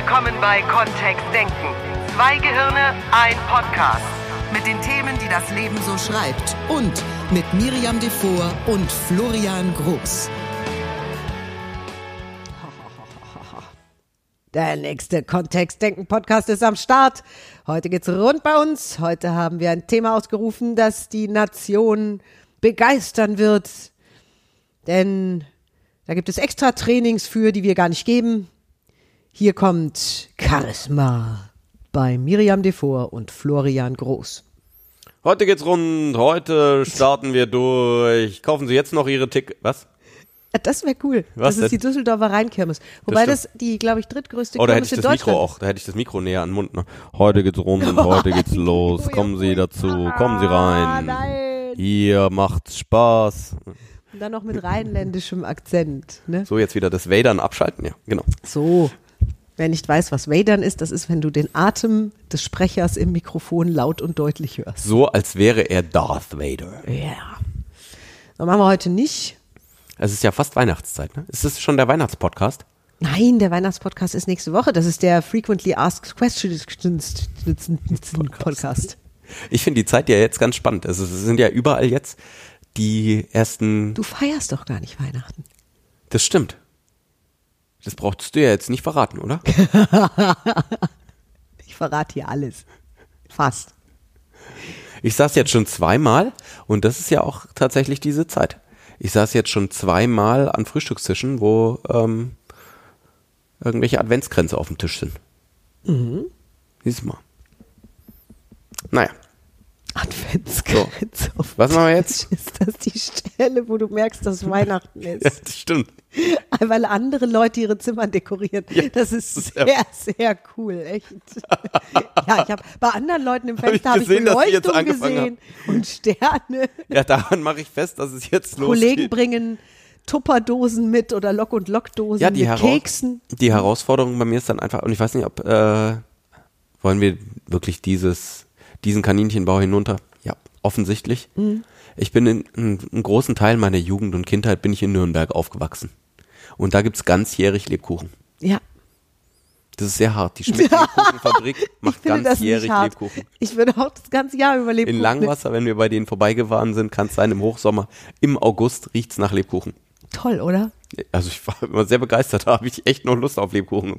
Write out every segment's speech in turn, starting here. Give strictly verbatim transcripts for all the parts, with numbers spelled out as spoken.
willkommen bei Kontext Denken. Zwei Gehirne, ein Podcast. Mit den Themen, die das Leben so schreibt. Und mit Miriam Devor und Florian Groß. Der nächste Kontext-Denken-Podcast ist am Start. Heute geht's rund bei uns. Heute haben wir ein Thema ausgerufen, das die Nation begeistern wird. Denn da gibt es extra Trainings für, die wir gar nicht geben. Hier kommt Charisma bei Miriam Devor und Florian Groß. Heute geht's rund. Heute starten wir durch. Kaufen Sie jetzt noch Ihre Tick... Was? Das wäre cool. Was das ist denn? die Düsseldorfer Rheinkirmes. Wobei das, das die, glaube ich, drittgrößte oh, da Kirmes hätte ich in das Deutschland Mikro auch. Da hätte ich das Mikro näher an den Mund. Ne? Heute geht's rund und heute geht's los. Kommen Sie dazu. Kommen Sie rein. Nein. Hier macht's Spaß. Und dann noch mit rheinländischem Akzent. Ne? So, jetzt wieder das Wadern abschalten. Ja, genau. So. Wer nicht weiß, was Wadern ist, das ist, wenn du den Atem des Sprechers im Mikrofon laut und deutlich hörst. So, als wäre er Darth Vader. Ja. Das machen wir heute nicht. Es ist ja fast Weihnachtszeit, ne? Ist das schon der Weihnachtspodcast? Nein, der Weihnachtspodcast ist nächste Woche. Das ist der Frequently Asked Questions Podcast. Ich finde die Zeit ja jetzt ganz spannend. Also, es sind ja überall jetzt die ersten... Du feierst doch gar nicht Weihnachten. Das stimmt. Das brauchst du ja jetzt nicht verraten, oder? Ich verrate hier alles. Fast. Ich saß jetzt schon zweimal und das ist ja auch tatsächlich diese Zeit. Ich saß jetzt schon zweimal an Frühstückstischen, wo ähm, irgendwelche Adventskränze auf dem Tisch sind. Mhm. Siehst du mal. Naja. Adventskränze. So. Was machen wir jetzt? Ist das die Stelle, wo du merkst, dass Weihnachten ist? Ja, das stimmt. Weil andere Leute ihre Zimmer dekorieren. Ja, das ist das ist sehr, ja sehr cool, echt. Ja, ich habe bei anderen Leuten im Hab ich Fenster habe ich gesehen, dass die jetzt Beleuchtung angefangen gesehen und Sterne. Ja, daran mache ich fest, dass es jetzt losgeht. Kollegen bringen Tupperdosen mit oder Lock- und Lockdosen ja, die mit Heraus- Keksen. Die Herausforderung bei mir ist dann einfach, und ich weiß nicht, ob äh, wollen wir wirklich dieses, diesen Kaninchenbau hinunter? Ja, offensichtlich. Mhm. Ich bin in, in einen großen Teil meiner Jugend und Kindheit bin ich in Nürnberg aufgewachsen. Und da gibt's ganzjährig Lebkuchen. Ja. Das ist sehr hart. Die Schmidt-Lebkuchenfabrik macht Ich finde das nicht ganzjährig hart. Lebkuchen. Ich würde auch das ganze Jahr über Lebkuchen. In Langwasser, wenn wir bei denen vorbeigefahren sind, kann es sein, im Hochsommer, im August riecht's nach Lebkuchen. Toll, oder? Also ich war immer sehr begeistert, da habe ich echt noch Lust auf Lebkuchen.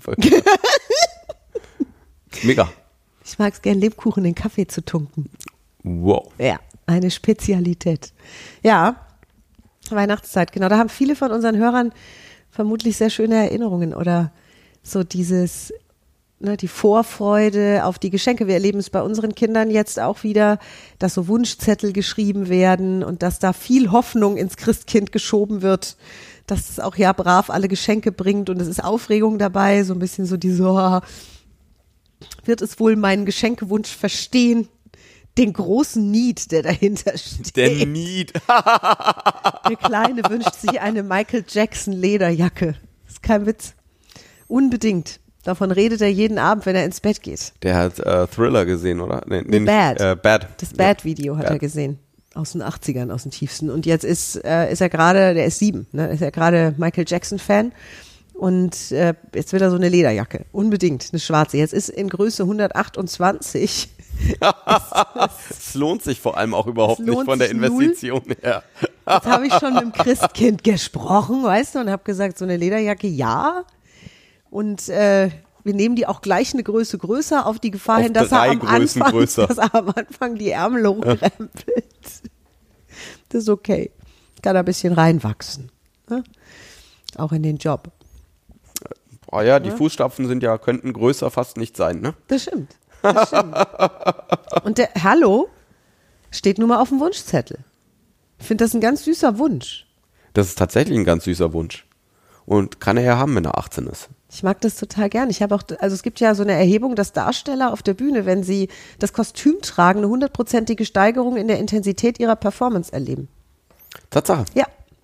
Mega. Ich mag es gern, Lebkuchen in Kaffee zu tunken. Wow. Ja, eine Spezialität. Ja, Weihnachtszeit, genau. Da haben viele von unseren Hörern vermutlich sehr schöne Erinnerungen oder so dieses, ne, die Vorfreude auf die Geschenke. Wir erleben es bei unseren Kindern jetzt auch wieder, dass so Wunschzettel geschrieben werden und dass da viel Hoffnung ins Christkind geschoben wird, dass es auch ja brav alle Geschenke bringt und es ist Aufregung dabei, so ein bisschen so die so, oh, wird es wohl meinen Geschenkewunsch verstehen? Den großen Need, der dahinter steht. Der Need. Der Kleine wünscht sich eine Michael Jackson Lederjacke. Ist kein Witz. Unbedingt. Davon redet er jeden Abend, wenn er ins Bett geht. Der hat äh, Thriller gesehen, oder? Nee, nee, The Bad. Nicht, äh, Bad. Das Bad-Video hat Bad. er gesehen. Aus den achtzigern, aus den tiefsten. Und jetzt ist, äh, ist er gerade, der ist sieben, ne? Ist er gerade Michael Jackson-Fan. Und äh, jetzt will er so eine Lederjacke. Unbedingt, eine schwarze. Jetzt ist in Größe hundertachtundzwanzig. Es lohnt sich vor allem auch überhaupt Es lohnt nicht von der sich null. Investition her. Jetzt habe ich schon mit dem Christkind gesprochen, weißt du, und habe gesagt, so eine Lederjacke, ja. Und äh, wir nehmen die auch gleich eine Größe größer auf die Gefahr Auf hin, dass er, drei am Größen Anfang, größer. dass er am Anfang die Ärmel hochkrempelt. Das ist okay. Kann ein bisschen reinwachsen. Ne? Auch in den Job. Oh ja, die ja. Fußstapfen sind ja, könnten größer fast nicht sein, ne? Das stimmt. Das stimmt. Und der Hallo steht nun mal auf dem Wunschzettel. Ich finde das ein ganz süßer Wunsch. Das ist tatsächlich ein ganz süßer Wunsch. Und kann er ja haben, wenn er achtzehn ist. Ich mag das total gern. Ich habe auch, also es gibt ja so eine Erhebung, dass Darsteller auf der Bühne, wenn sie das Kostüm tragen, eine hundertprozentige Steigerung in der Intensität ihrer Performance erleben. Tatsache. Ja.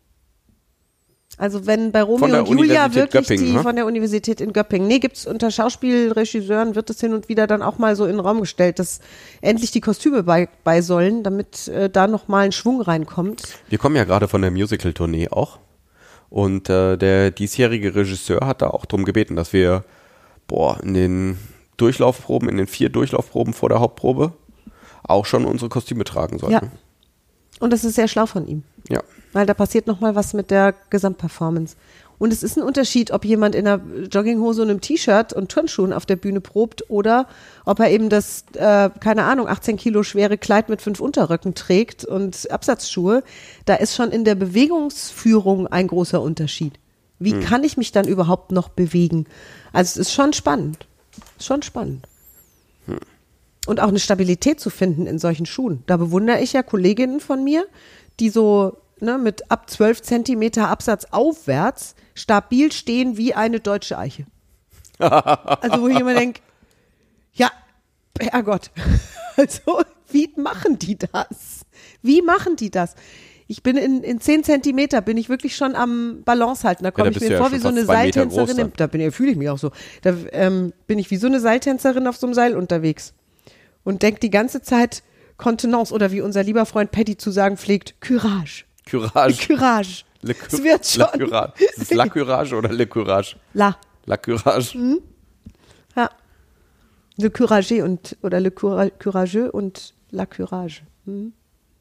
Also wenn bei Romeo und Julia wirklich die von der Universität in Göppingen, nee, gibt's unter Schauspielregisseuren, wird es hin und wieder dann auch mal so in den Raum gestellt, dass endlich die Kostüme bei, bei sollen, damit äh, da nochmal ein Schwung reinkommt. Wir kommen ja gerade von der Musical-Tournee auch und äh, der diesjährige Regisseur hat da auch drum gebeten, dass wir boah, in den Durchlaufproben, in den vier Durchlaufproben vor der Hauptprobe auch schon unsere Kostüme tragen sollten. Ja. Und das ist sehr schlau von ihm. Ja. Weil da passiert nochmal was mit der Gesamtperformance. Und es ist ein Unterschied, ob jemand in einer Jogginghose und einem T-Shirt und Turnschuhen auf der Bühne probt oder ob er eben das, äh, keine Ahnung, achtzehn Kilo schwere Kleid mit fünf Unterröcken trägt und Absatzschuhe. Da ist schon in der Bewegungsführung ein großer Unterschied. Wie hm. kann ich mich dann überhaupt noch bewegen? Also es ist schon spannend. Schon spannend. Hm. Und auch eine Stabilität zu finden in solchen Schuhen. Da bewundere ich ja Kolleginnen von mir, die so ne, mit ab zwölf Zentimeter Absatz aufwärts stabil stehen wie eine deutsche Eiche. Also wo ich immer denke, ja, Herrgott, also wie machen die das? Wie machen die das? Ich bin in, in zehn Zentimeter, bin ich wirklich schon am Balance halten. Da komme ja, da ich mir ja vor wie so eine Seiltänzerin. Da bin ich, fühle ich mich auch so. Da ähm, bin ich wie so eine Seiltänzerin auf so einem Seil unterwegs. Und denke die ganze Zeit Kontenance oder wie unser lieber Freund Paddy zu sagen pflegt, Courage. Courage. Courage. Le Es wird schon. La Courage. Ist es La Courage oder Le Courage? La. La Courage. Mhm. Ja. Le Courage und, oder Le Coura- Courageux und La Courage. Mhm.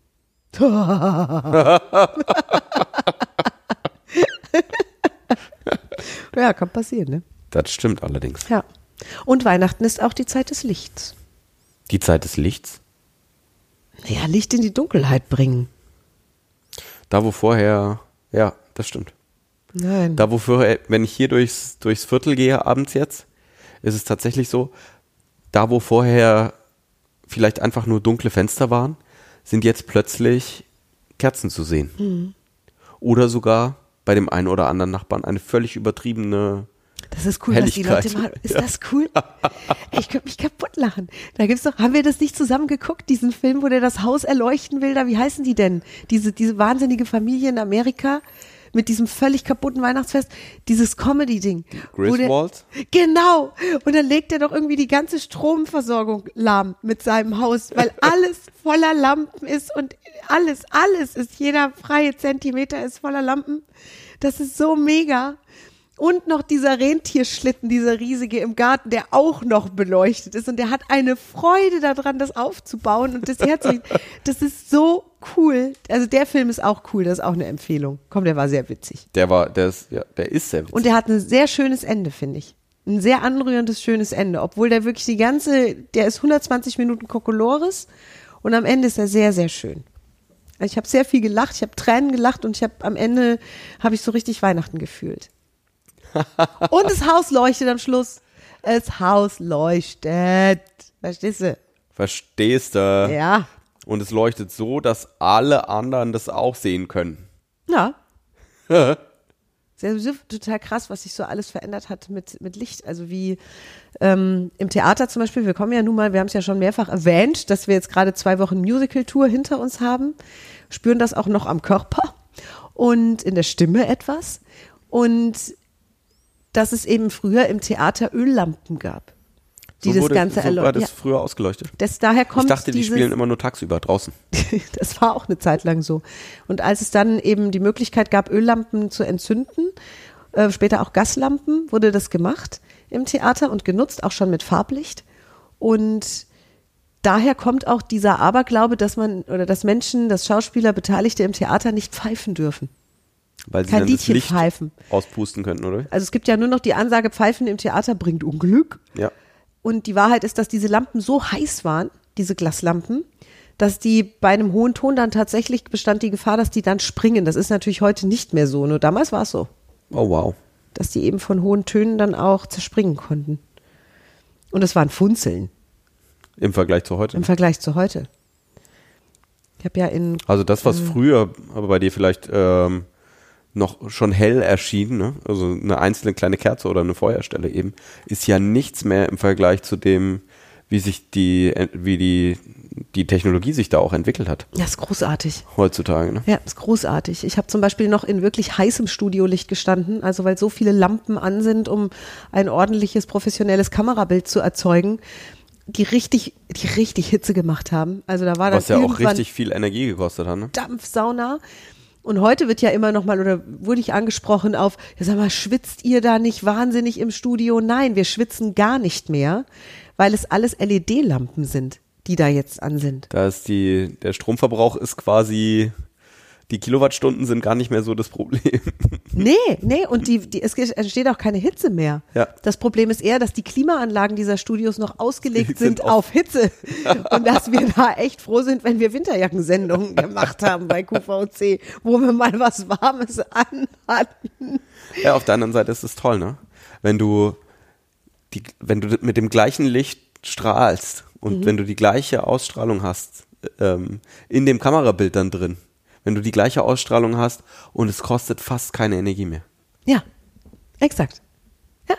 Ja, kann passieren, ne? Das stimmt allerdings. Ja. Und Weihnachten ist auch die Zeit des Lichts. Die Zeit des Lichts? Ja, Licht in die Dunkelheit bringen. Da, wo vorher, ja, das stimmt. Nein. Da, wo vorher, wenn ich hier durchs, durchs Viertel gehe abends jetzt, ist es tatsächlich so, da, wo vorher vielleicht einfach nur dunkle Fenster waren, sind jetzt plötzlich Kerzen zu sehen. Mhm. Oder sogar bei dem einen oder anderen Nachbarn eine völlig übertriebene Das ist cool, was die Leute machen. Ist ja. das cool? Ich könnte mich kaputt lachen. Da gibt's doch, haben wir das nicht zusammen geguckt, diesen Film, wo der das Haus erleuchten will? Da, wie heißen die denn? Diese, diese wahnsinnige Familie in Amerika mit diesem völlig kaputten Weihnachtsfest. Dieses Comedy-Ding. Griswold? Genau. Und dann legt er doch irgendwie die ganze Stromversorgung lahm mit seinem Haus, weil alles voller Lampen ist und alles, alles ist, jeder freie Zentimeter ist voller Lampen. Das ist so mega. Und noch dieser Rentierschlitten, dieser riesige im Garten, der auch noch beleuchtet ist. Und der hat eine Freude daran, das aufzubauen und das herzurichten. Das ist so cool. Also der Film ist auch cool, das ist auch eine Empfehlung. Komm, der war sehr witzig. Der war, der ist, ja, der ist sehr witzig. Und der hat ein sehr schönes Ende, finde ich. Ein sehr anrührendes, schönes Ende. Obwohl der wirklich die ganze, der ist hundertzwanzig Minuten Kokolores und am Ende ist er sehr, sehr schön. Also ich habe sehr viel gelacht, ich habe Tränen gelacht und ich habe am Ende, habe ich so richtig Weihnachten gefühlt. Und das Haus leuchtet am Schluss. Das Haus leuchtet. Verstehst du? Verstehst du? Ja. Und es leuchtet so, dass alle anderen das auch sehen können. Ja. Sehr, sehr, total krass, was sich so alles verändert hat mit, mit Licht. Also wie ähm, im Theater zum Beispiel, wir kommen ja nun mal, wir haben es ja schon mehrfach erwähnt, dass wir jetzt gerade zwei Wochen Musical-Tour hinter uns haben, spüren das auch noch am Körper und in der Stimme etwas. Und dass es eben früher im Theater Öllampen gab, die so das wurde, Ganze so erleuchten. war das ja. früher ausgeleuchtet? Das, daher kommt ich dachte, die dieses, spielen immer nur tagsüber draußen. Das war auch eine Zeit lang so. Und als es dann eben die Möglichkeit gab, Öllampen zu entzünden, äh, später auch Gaslampen, wurde das gemacht im Theater und genutzt, auch schon mit Farblicht. Und daher kommt auch dieser Aberglaube, dass man oder dass Menschen, dass Schauspieler, Beteiligte im Theater nicht pfeifen dürfen. Weil sie Kein dann Liedchen das Licht pfeifen. auspusten könnten, oder? Also es gibt ja nur noch die Ansage, Pfeifen im Theater bringt Unglück. Ja. Und die Wahrheit ist, dass diese Lampen so heiß waren, diese Glaslampen, dass die bei einem hohen Ton dann tatsächlich bestand die Gefahr, dass die dann springen. Das ist natürlich heute nicht mehr so, nur damals war es so. Oh wow. Dass die eben von hohen Tönen dann auch zerspringen konnten. Und es waren Funzeln. Im Vergleich zu heute? Im Vergleich zu heute. Ich habe ja in... Also das, was äh, früher aber bei dir vielleicht ähm, noch schon hell erschien, ne? Also eine einzelne kleine Kerze oder eine Feuerstelle eben, ist ja nichts mehr im Vergleich zu dem, wie sich die, wie die, die Technologie sich da auch entwickelt hat. Ja, ist großartig. Heutzutage, ne? Ja, ist großartig. Ich habe zum Beispiel noch in wirklich heißem Studiolicht gestanden, also weil so viele Lampen an sind, um ein ordentliches, professionelles Kamerabild zu erzeugen, die richtig, die richtig Hitze gemacht haben. Also da war dann was ja auch irgendwann richtig viel Energie gekostet hat, ne? Dampfsauna. Und heute wird ja immer noch mal, oder wurde ich angesprochen auf, ja sag mal, schwitzt ihr da nicht wahnsinnig im Studio? Nein, wir schwitzen gar nicht mehr, weil es alles L E D-Lampen sind, die da jetzt an sind. Da ist die, der Stromverbrauch ist quasi, die Kilowattstunden sind gar nicht mehr so das Problem. Nee, nee, und die, die, es entsteht auch keine Hitze mehr. Ja. Das Problem ist eher, dass die Klimaanlagen dieser Studios noch ausgelegt Die sind, sind auf Hitze. Und dass wir da echt froh sind, wenn wir Winterjackensendungen gemacht haben bei Q V C, wo wir mal was Warmes anhatten. Ja, auf der anderen Seite ist es toll, ne? Wenn du die, wenn du mit dem gleichen Licht strahlst und mhm. wenn du die gleiche Ausstrahlung hast, ähm, in dem Kamerabild dann drin, wenn du die gleiche Ausstrahlung hast und es kostet fast keine Energie mehr. Ja, exakt. Ja.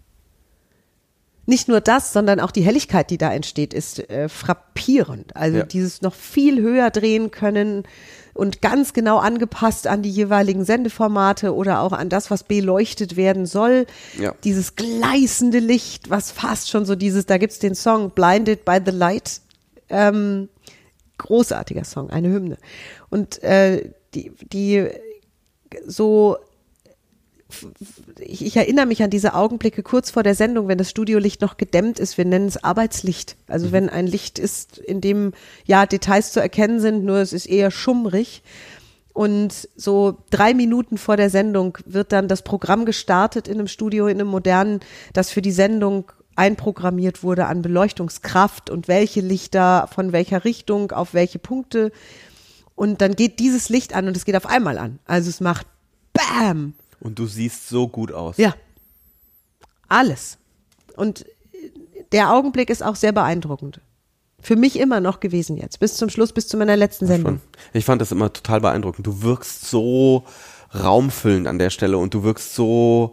Nicht nur das, sondern auch die Helligkeit, die da entsteht, ist äh, frappierend. Also Ja. dieses noch viel höher drehen können und ganz genau angepasst an die jeweiligen Sendeformate oder auch an das, was beleuchtet werden soll. Ja. Dieses gleißende Licht, was fast schon so dieses, da gibt's den Song Blinded by the Light, ähm, großartiger Song, eine Hymne. Und äh, die, die so, ich, ich erinnere mich an diese Augenblicke kurz vor der Sendung, wenn das Studiolicht noch gedämmt ist. Wir nennen es Arbeitslicht. Also mhm. wenn ein Licht ist, in dem ja Details zu erkennen sind, nur es ist eher schummrig. Und so drei Minuten vor der Sendung wird dann das Programm gestartet in einem Studio, in einem modernen, das für die Sendung einprogrammiert wurde an Beleuchtungskraft und welche Lichter von welcher Richtung auf welche Punkte. Und dann geht dieses Licht an und es geht auf einmal an. Also es macht BAM! Und du siehst so gut aus. Ja. Alles. Und der Augenblick ist auch sehr beeindruckend. Für mich immer noch gewesen jetzt. Bis zum Schluss, bis zu meiner letzten Sendung. Ich fand das immer total beeindruckend. Du wirkst so raumfüllend an der Stelle und du wirkst so,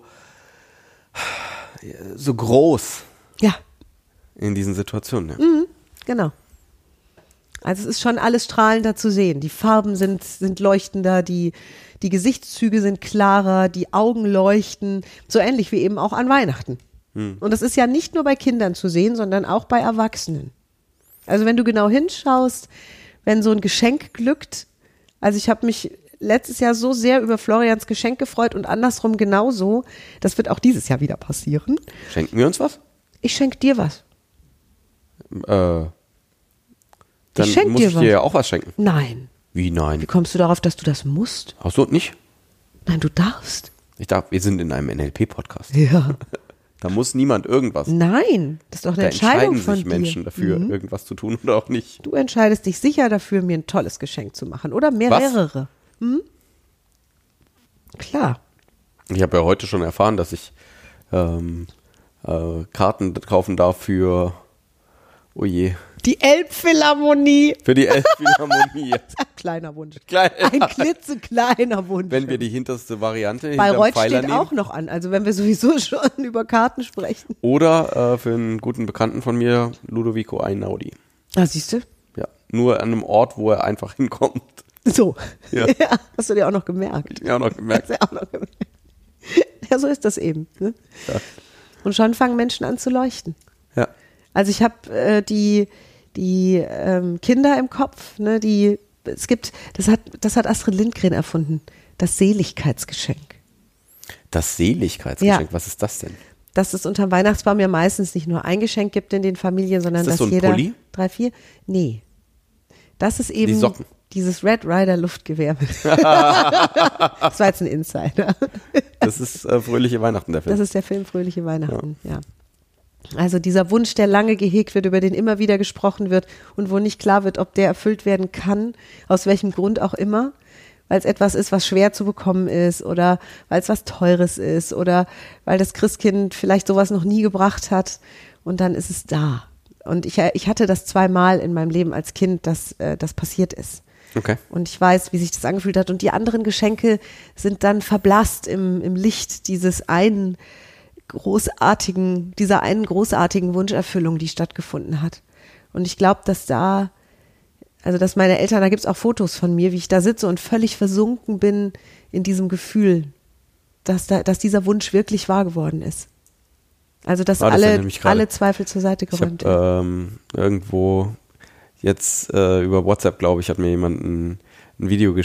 so groß. Ja. In diesen Situationen. Ja. Mhm, genau. Also es ist schon alles strahlender zu sehen. Die Farben sind, sind leuchtender, die, die Gesichtszüge sind klarer, die Augen leuchten, so ähnlich wie eben auch an Weihnachten. Hm. Und das ist ja nicht nur bei Kindern zu sehen, sondern auch bei Erwachsenen. Also wenn du genau hinschaust, wenn so ein Geschenk glückt, also ich habe mich letztes Jahr so sehr über Florians Geschenk gefreut und andersrum genauso, das wird auch dieses Jahr wieder passieren. Schenken wir uns was? Ich schenke dir was. Äh, dann ich schenk muss dir ich was. dir ja auch was schenken. Nein. Wie nein? Wie kommst du darauf, dass du das musst? Ach so, nicht? Nein, du darfst. Ich darf, wir sind in einem N L P-Podcast. Ja. Da muss niemand irgendwas. Nein, das ist doch eine Da Entscheidung entscheiden von sich dir. Menschen dafür, Mhm. irgendwas zu tun oder auch nicht. Du entscheidest dich sicher dafür, mir ein tolles Geschenk zu machen. Oder mehrere. Hm? Klar. Ich habe ja heute schon erfahren, dass ich ähm, äh, Karten kaufen darf für, oh je, Die Elbphilharmonie. für die Elbphilharmonie. Kleiner Wunsch. Klein, Ein klitzekleiner Wunsch. wenn wir die hinterste Variante Bayreuth hinterm Pfeiler steht nehmen. auch noch an, also wenn wir sowieso schon über Karten sprechen. Oder äh, für einen guten Bekannten von mir, Ludovico Einaudi. Ah, siehst du? Ja, nur an einem Ort, wo er einfach hinkommt. So. Ja. Ja, hast du dir auch noch gemerkt. Ja, auch noch gemerkt. Hast du auch noch gemerkt. Ja, so ist das eben. Ne? Ja. Und schon fangen Menschen an zu leuchten. Ja. Also ich habe äh, die, die ähm, Kinder im Kopf, ne, die, es gibt, das hat, das hat Astrid Lindgren erfunden, das Seligkeitsgeschenk. Das Seligkeitsgeschenk, Ja. was ist das denn? Dass es unterm Weihnachtsbaum ja meistens nicht nur ein Geschenk gibt in den Familien, sondern Ist das dass so ein jeder Pulli? drei, vier, nee. Das ist eben Die Socken. dieses Red Ryder Luftgewehr. Mit das war jetzt ein Insider. Das ist äh, Fröhliche Weihnachten, der Film. Das ist der Film Fröhliche Weihnachten, ja. Also dieser Wunsch, der lange gehegt wird, über den immer wieder gesprochen wird und wo nicht klar wird, ob der erfüllt werden kann, aus welchem Grund auch immer, weil es etwas ist, was schwer zu bekommen ist oder weil es was Teures ist oder weil das Christkind vielleicht sowas noch nie gebracht hat und dann ist es da. Und ich, ich hatte das zweimal in meinem Leben als Kind, dass äh, das passiert ist. Okay. Und ich weiß, wie sich das angefühlt hat. Und die anderen Geschenke sind dann verblasst im, im Licht dieses einen großartigen, dieser einen großartigen Wunscherfüllung, die stattgefunden hat. Und ich glaube, dass da, also dass meine Eltern, da gibt es auch Fotos von mir, wie ich da sitze und völlig versunken bin in diesem Gefühl, dass, da, dass dieser Wunsch wirklich wahr geworden ist. Also dass Ah, das alle, erinnert mich gerade. alle Zweifel zur Seite Ich habe geräumt werden. ähm, irgendwo jetzt äh, über WhatsApp, glaube ich, hat mir jemand ein, ein Video geschickt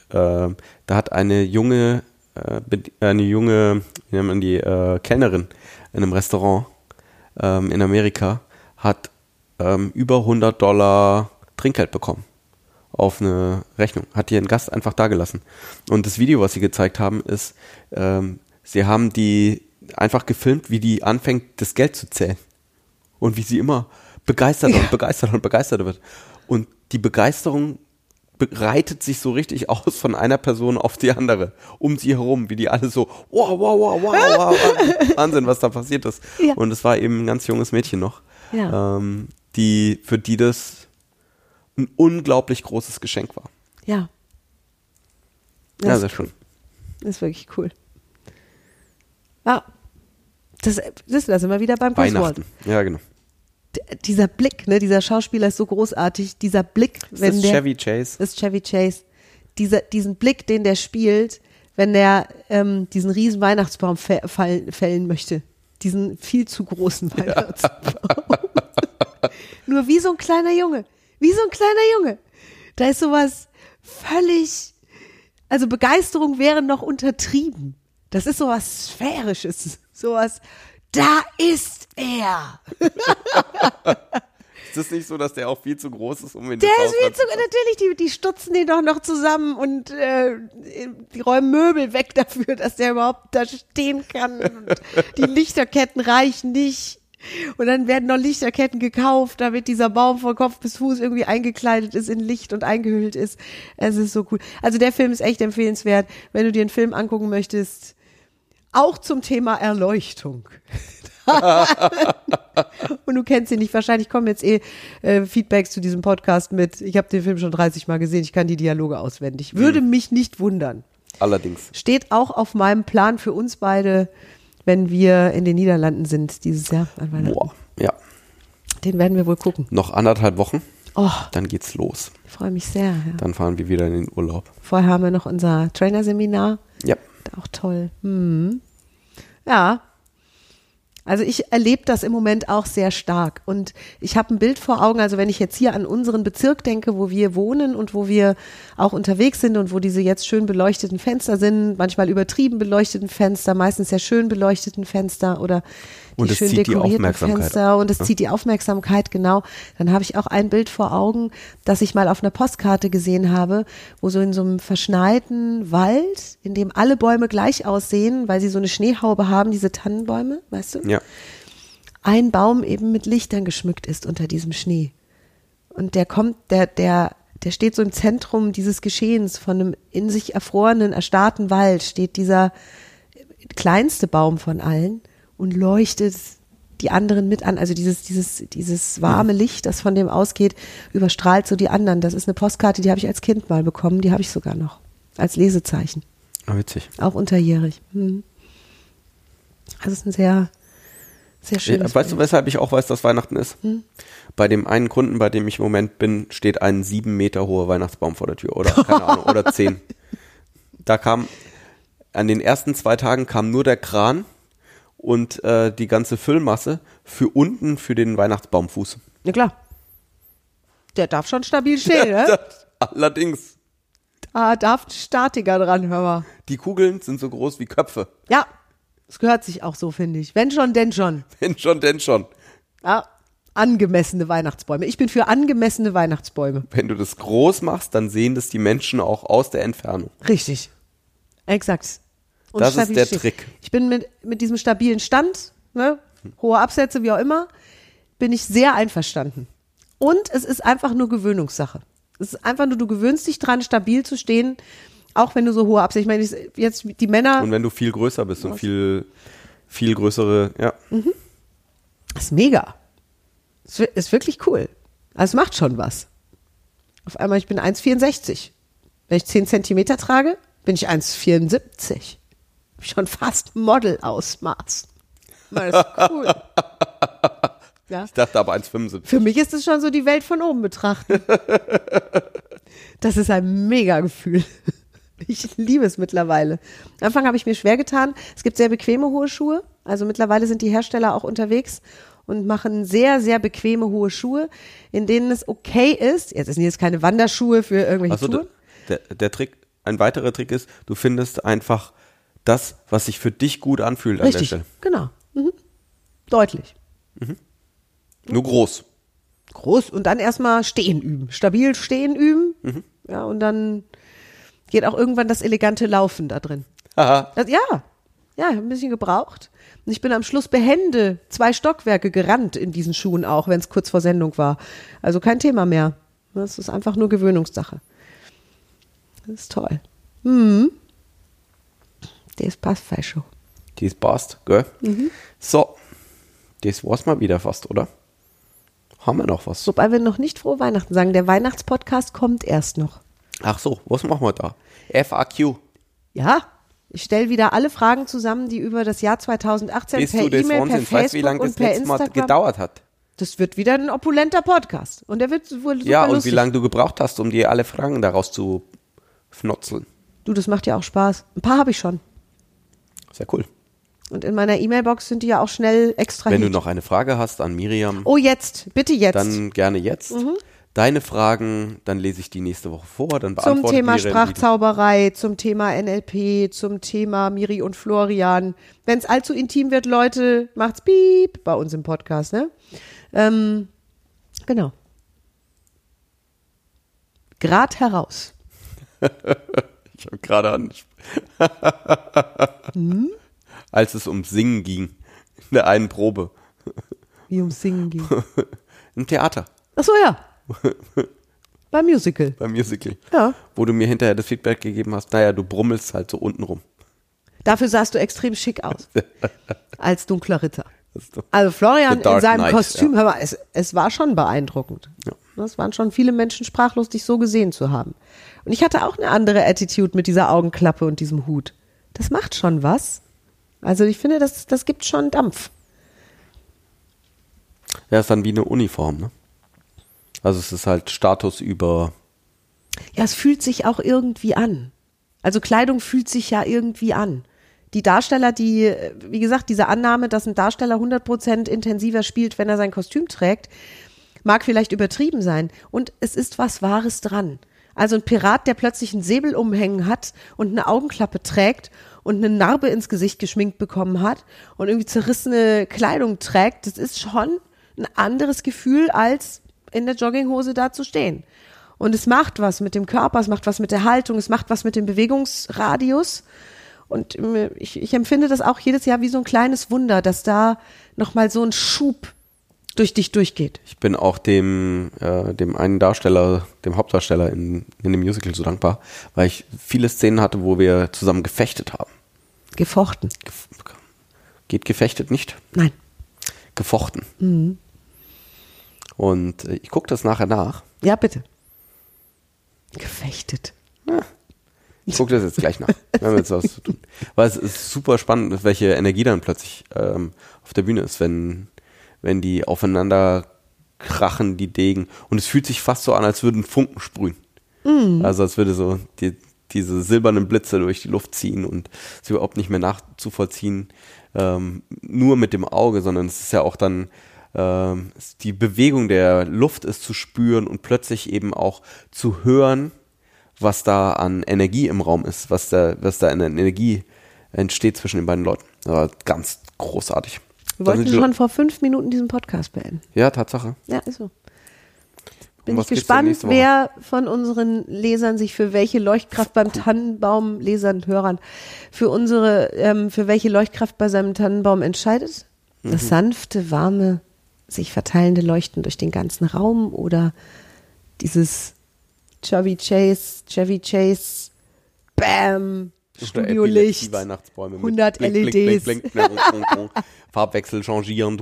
äh, da hat eine junge, äh, eine junge, wie nennt man die, äh, Kellnerin in einem Restaurant ähm, in Amerika hat ähm, über hundert Dollar Trinkgeld bekommen auf eine Rechnung. Hat ihren Gast einfach dagelassen. Und das Video, was sie gezeigt haben, ist, ähm, sie haben die einfach gefilmt, wie die anfängt, das Geld zu zählen. Und wie sie immer begeisterter ja. und begeisterter und begeisterter wird. Und die Begeisterung breitet sich so richtig aus von einer Person auf die andere, um sie herum, wie die alle so, wow, wow, wow, wow, wow, Wahnsinn, was da passiert ist. Ja. Und es war eben ein ganz junges Mädchen noch, ja. ähm, die, für die das ein unglaublich großes Geschenk war. Ja. Das ja, sehr schön. Das ist wirklich cool. Ja. Das, das, da sind wir wieder beim Weihnachten. Ja, genau. Dieser Blick, ne, dieser Schauspieler ist so großartig, dieser Blick, ist wenn das der, Chevy Chase? Das ist Chevy Chase. Dieser, diesen Blick, den der spielt, wenn der ähm, diesen riesen Weihnachtsbaum fä- fallen, fällen möchte. Diesen viel zu großen Weihnachtsbaum. Ja. Nur wie so ein kleiner Junge. Wie so ein kleiner Junge. Da ist sowas völlig, also Begeisterung wäre noch untertrieben. Das ist sowas Sphärisches. Sowas, da ist er. Ist das nicht so, dass der auch viel zu groß ist, um in der das ist viel zu, natürlich, die, die stutzen den doch noch zusammen und äh, die räumen Möbel weg dafür, dass der überhaupt da stehen kann. Und die Lichterketten reichen nicht. Und dann werden noch Lichterketten gekauft, damit dieser Baum von Kopf bis Fuß irgendwie eingekleidet ist in Licht und eingehüllt ist. Es ist so cool. Also der Film ist echt empfehlenswert, wenn du dir einen Film angucken möchtest, auch zum Thema Erleuchtung. Und du kennst ihn nicht. Wahrscheinlich kommen jetzt eh äh, Feedbacks zu diesem Podcast mit, ich habe den Film schon dreißig Mal gesehen, ich kann die Dialoge auswendig. Würde mhm. mich nicht wundern. Allerdings. Steht auch auf meinem Plan für uns beide, wenn wir in den Niederlanden sind dieses Jahr. An Weihnachten. Boah, ja. Den werden wir wohl gucken. Noch anderthalb Wochen, oh, dann geht's los. Ich freue mich sehr. Ja. Dann fahren wir wieder in den Urlaub. Vorher haben wir noch unser Trainerseminar. Ja. Auch toll. Hm. Ja. Also ich erlebe das im Moment auch sehr stark und ich habe ein Bild vor Augen, also wenn ich jetzt hier an unseren Bezirk denke, wo wir wohnen und wo wir auch unterwegs sind und wo diese jetzt schön beleuchteten Fenster sind, manchmal übertrieben beleuchteten Fenster, meistens sehr schön beleuchteten Fenster oder die und es schön zieht dekorierten die Aufmerksamkeit. Fenster und es ja. zieht die Aufmerksamkeit, genau. Dann habe ich auch ein Bild vor Augen, das ich mal auf einer Postkarte gesehen habe, wo so in so einem verschneiten Wald, in dem alle Bäume gleich aussehen, weil sie so eine Schneehaube haben, diese Tannenbäume, weißt du? Ja. Ein Baum eben mit Lichtern geschmückt ist unter diesem Schnee. Und der kommt, der, der, der steht so im Zentrum dieses Geschehens von einem in sich erfrorenen, erstarrten Wald, steht dieser kleinste Baum von allen und leuchtet die anderen mit an. Also dieses, dieses, dieses warme Licht, das von dem ausgeht, überstrahlt so die anderen. Das ist eine Postkarte, die habe ich als Kind mal bekommen, die habe ich sogar noch. Als Lesezeichen. Ah, witzig. Auch unterjährig. Hm. Also es ist ein sehr, sehr schönes ja, weißt du, weshalb ich auch weiß, dass Weihnachten ist? Hm? Bei dem einen Kunden, bei dem ich im Moment bin, steht ein sieben Meter hoher Weihnachtsbaum vor der Tür. Oder, keine Ahnung, oder zehn. Da kam, an den ersten zwei Tagen kam nur der Kran und äh, die ganze Füllmasse für unten für den Weihnachtsbaumfuß. Ja klar. Der darf schon stabil stehen, ne? Allerdings. Da darf ein Statiker dran, hör mal. Die Kugeln sind so groß wie Köpfe. Ja, das gehört sich auch so, finde ich. Wenn schon, denn schon. Wenn schon, denn schon. Ja, angemessene Weihnachtsbäume. Ich bin für angemessene Weihnachtsbäume. Wenn du das groß machst, dann sehen das die Menschen auch aus der Entfernung. Richtig. Exakt. Und das ist der steht. Trick. Ich bin mit, mit diesem stabilen Stand, ne, hohe Absätze, wie auch immer, bin ich sehr einverstanden. Und es ist einfach nur Gewöhnungssache. Es ist einfach nur, du gewöhnst dich dran, stabil zu stehen, auch wenn du so hohe Absätze, ich meine, jetzt die Männer. Und wenn du viel größer bist und viel, viel größere, ja. Mhm. Das ist mega. Das ist wirklich cool. Also es macht schon was. Auf einmal, ich bin eins Komma vierundsechzig. Wenn ich zehn Zentimeter trage, bin ich eins Komma vierundsiebzig. Schon fast Model-Ausmaß. Das ist cool. Ja. Ich dachte aber eins Komma fünfundsiebzig. Für mich ist es schon so die Welt von oben betrachten. Das ist ein Mega-Gefühl. Ich liebe es mittlerweile. Am Anfang habe ich mir schwer getan. Es gibt sehr bequeme hohe Schuhe. Also mittlerweile sind die Hersteller auch unterwegs und machen sehr, sehr bequeme hohe Schuhe, in denen es okay ist. Jetzt sind jetzt keine Wanderschuhe für irgendwelche Ach so, Touren. Der, der Trick, ein weiterer Trick ist, du findest einfach das, was sich für dich gut anfühlt an Richtig, der Stelle. genau. Mhm. Deutlich. Nur groß. Groß und dann erstmal stehen üben. Stabil stehen üben. Mhm. Ja, und dann geht auch irgendwann das elegante Laufen da drin. Haha. Das, ja, ja, ich habe ein bisschen gebraucht. Und ich bin am Schluss behende zwei Stockwerke gerannt in diesen Schuhen auch, wenn es kurz vor Sendung war. Also kein Thema mehr. Das ist einfach nur Gewöhnungssache. Das ist toll. Hm. Das passt fast schon. Die ist passt, gell? So, das war's mal wieder fast, oder? Haben wir noch was? Wobei wir noch nicht frohe Weihnachten sagen. Der Weihnachtspodcast kommt erst noch. Ach so, was machen wir da? F A Q. Ja, ich stelle wieder alle Fragen zusammen, die über das Jahr zweitausendachtzehn Bis per du das E-Mail, per Wahnsinn weißt, wie lange Facebook das und per letzte Mal Instagram. gedauert hat. Das wird wieder ein opulenter Podcast. Und der wird wohl super Ja, und lustig. wie lange du gebraucht hast, um dir alle Fragen daraus zu fnotzeln. Du, das macht ja auch Spaß. Ein paar habe ich schon. Sehr cool. Und in meiner E-Mail-Box sind die ja auch schnell extrahiert. Wenn du noch eine Frage hast an Miriam, Oh, jetzt. Bitte jetzt. dann gerne jetzt. Deine Fragen, dann lese ich die nächste Woche vor, dann zum beantworte Thema Miriam die. Sprachzauberei, zum Thema N L P, zum Thema Miri und Florian. Wenn es allzu intim wird, Leute, macht's piep bei uns im Podcast, ne? Ähm, genau. Grad heraus. Ich habe gerade an. Hm? Als es um Singen ging, in der einen Probe, Wie ums Singen ging. im Theater, Ach so, ja. Beim Musical. beim Musical, Ja. wo du mir hinterher das Feedback gegeben hast, naja, du brummelst halt so unten rum. Dafür sahst du extrem schick aus. Als dunkler Ritter. Das ist doch- Also Florian The in Dark seinem Knight, Kostüm, ja. hör mal, es, es war schon beeindruckend. Ja. Es waren schon viele Menschen sprachlos, dich so gesehen zu haben. Und ich hatte auch eine andere Attitude mit dieser Augenklappe und diesem Hut. Das macht schon was. Also ich finde, das, das gibt schon Dampf. Ja, ist dann wie eine Uniform, ne? Also es ist halt Status über, Ja, es fühlt sich auch irgendwie an. Also Kleidung fühlt sich ja irgendwie an. Die Darsteller, die, wie gesagt, diese Annahme, dass ein Darsteller hundert Prozent intensiver spielt, wenn er sein Kostüm trägt, mag vielleicht übertrieben sein. Und es ist was Wahres dran. Also ein Pirat, der plötzlich einen Säbel umhängen hat und eine Augenklappe trägt und eine Narbe ins Gesicht geschminkt bekommen hat und irgendwie zerrissene Kleidung trägt, das ist schon ein anderes Gefühl, als in der Jogginghose da zu stehen. Und es macht was mit dem Körper, es macht was mit der Haltung, es macht was mit dem Bewegungsradius. Und ich, ich empfinde das auch jedes Jahr wie so ein kleines Wunder, dass da nochmal so ein Schub durch dich durchgeht. ich bin auch dem, äh, dem einen Darsteller, dem Hauptdarsteller in, in dem Musical so dankbar, weil ich viele Szenen hatte, wo wir zusammen gefechtet haben. Gefochten. Gef- Geht gefechtet nicht? Nein. Gefochten. Mhm. Und äh, ich gucke das nachher nach. Ja, bitte. Gefechtet. Ich gucke das jetzt gleich nach. Wir haben jetzt was zu tun. Weil es ist super spannend, welche Energie dann plötzlich ähm, auf der Bühne ist, wenn, wenn die aufeinander krachen, die Degen. Und es fühlt sich fast so an, als würden Funken sprühen. Mhm. Also als würde so die, diese silbernen Blitze durch die Luft ziehen und es überhaupt nicht mehr nachzuvollziehen, ähm, nur mit dem Auge, sondern es ist ja auch dann ähm, es- die Bewegung der Luft ist zu spüren und plötzlich eben auch zu hören, was da an Energie im Raum ist, was da, was da an Energie entsteht zwischen den beiden Leuten. Aber ganz großartig. Wir Da wollten sind die schon Le- vor fünf Minuten diesen Podcast beenden. Ja, Tatsache. Ja, ist so. Bin Um ich was geht's denn gespannt, nächste Woche? wer von unseren Lesern sich für welche Leuchtkraft beim Tannenbaum, Lesern, Hörern, für unsere, ähm, für welche Leuchtkraft bei seinem Tannenbaum entscheidet. Mhm. Das sanfte, warme, sich verteilende Leuchten durch den ganzen Raum oder dieses Chevy Chase, Chevy Chase, Bam, Studiolicht, Weihnachtsbäume hundert mit L E Ds. Blink, blink, blink, blink, blink, Farbwechsel changieren.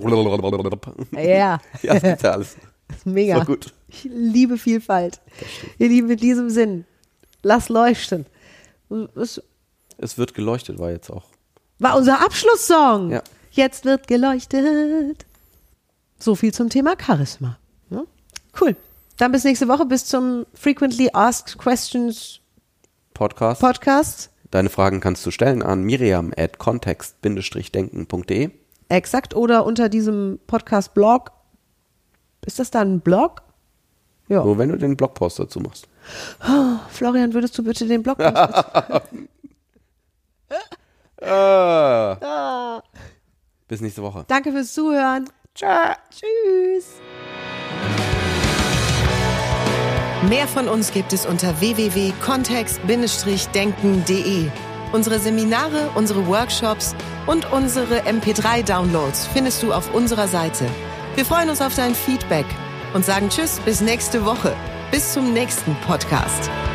Ja, Ja, das gibt's ja alles. mega. So gut. Ich liebe Vielfalt. Ihr Lieben, in diesem Sinn, lass leuchten. Das Es wird geleuchtet, war jetzt auch. war unser Abschlusssong. Ja. Jetzt wird geleuchtet. So viel zum Thema Charisma. Ja? Cool. Dann bis nächste Woche, bis zum Frequently Asked Questions Podcast. Podcast. Deine Fragen kannst du stellen an miriam at kontext denken punkt de. Exakt. Oder unter diesem Podcast-Blog. Ist das dann ein Blog? Ja. Nur wenn du den Blogpost dazu machst. Oh, Florian, würdest du bitte den Blogpost ah. ah. Bis nächste Woche. Danke fürs Zuhören. Tschö. Tschüss. Mehr von uns gibt es unter w w w punkt kontext denken punkt d e. Unsere Seminare, unsere Workshops und unsere M P drei Downloads findest du auf unserer Seite. Wir freuen uns auf dein Feedback und sagen Tschüss bis nächste Woche. Bis zum nächsten Podcast.